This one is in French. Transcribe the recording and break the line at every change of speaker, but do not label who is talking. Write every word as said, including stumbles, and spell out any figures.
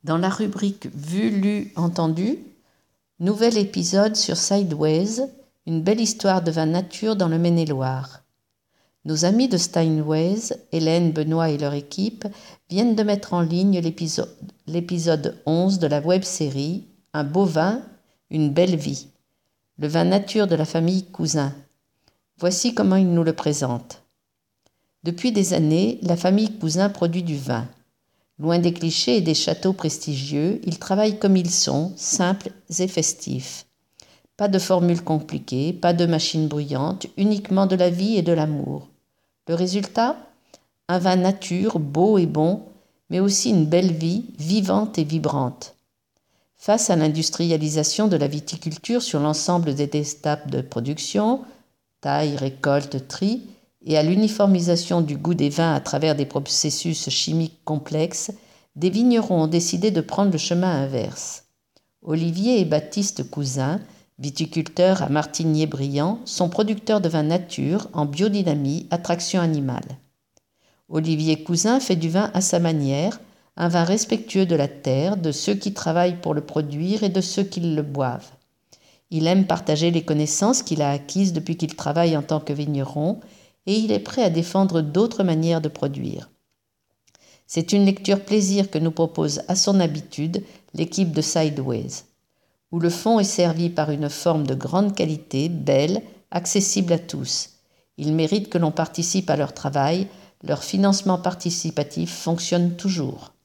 Dans la rubrique Vu, lu, entendu, nouvel épisode sur Sideways, une belle histoire de vin nature dans le Maine-et-Loire. Nos amis de Steinways, Hélène, Benoît et leur équipe, viennent de mettre en ligne l'épisode, l'épisode onze de la web-série Un beau vin, une belle vie. Le vin nature de la famille Cousin. Voici comment ils nous le présentent. Depuis des années, la famille Cousin produit du vin. Loin des clichés et des châteaux prestigieux, ils travaillent comme ils sont, simples et festifs. Pas de formules compliquées, pas de machines bruyantes, uniquement de la vie et de l'amour. Le résultat ? Un vin nature, beau et bon, mais aussi une belle vie, vivante et vibrante. Face à l'industrialisation de la viticulture sur l'ensemble des étapes de production, taille, récolte, tri, et à l'uniformisation du goût des vins à travers des processus chimiques complexes, des vignerons ont décidé de prendre le chemin inverse. Olivier et Baptiste Cousin, viticulteurs à Martigné-Briand, sont producteurs de vin nature en biodynamie à traction animale. Olivier Cousin fait du vin à sa manière, un vin respectueux de la terre, de ceux qui travaillent pour le produire et de ceux qui le boivent. Il aime partager les connaissances qu'il a acquises depuis qu'il travaille en tant que vigneron et il est prêt à défendre d'autres manières de produire. C'est une lecture plaisir que nous propose à son habitude l'équipe de Sideways, où le fond est servi par une forme de grande qualité, belle, accessible à tous. Ils méritent que l'on participe à leur travail, leur financement participatif fonctionne toujours.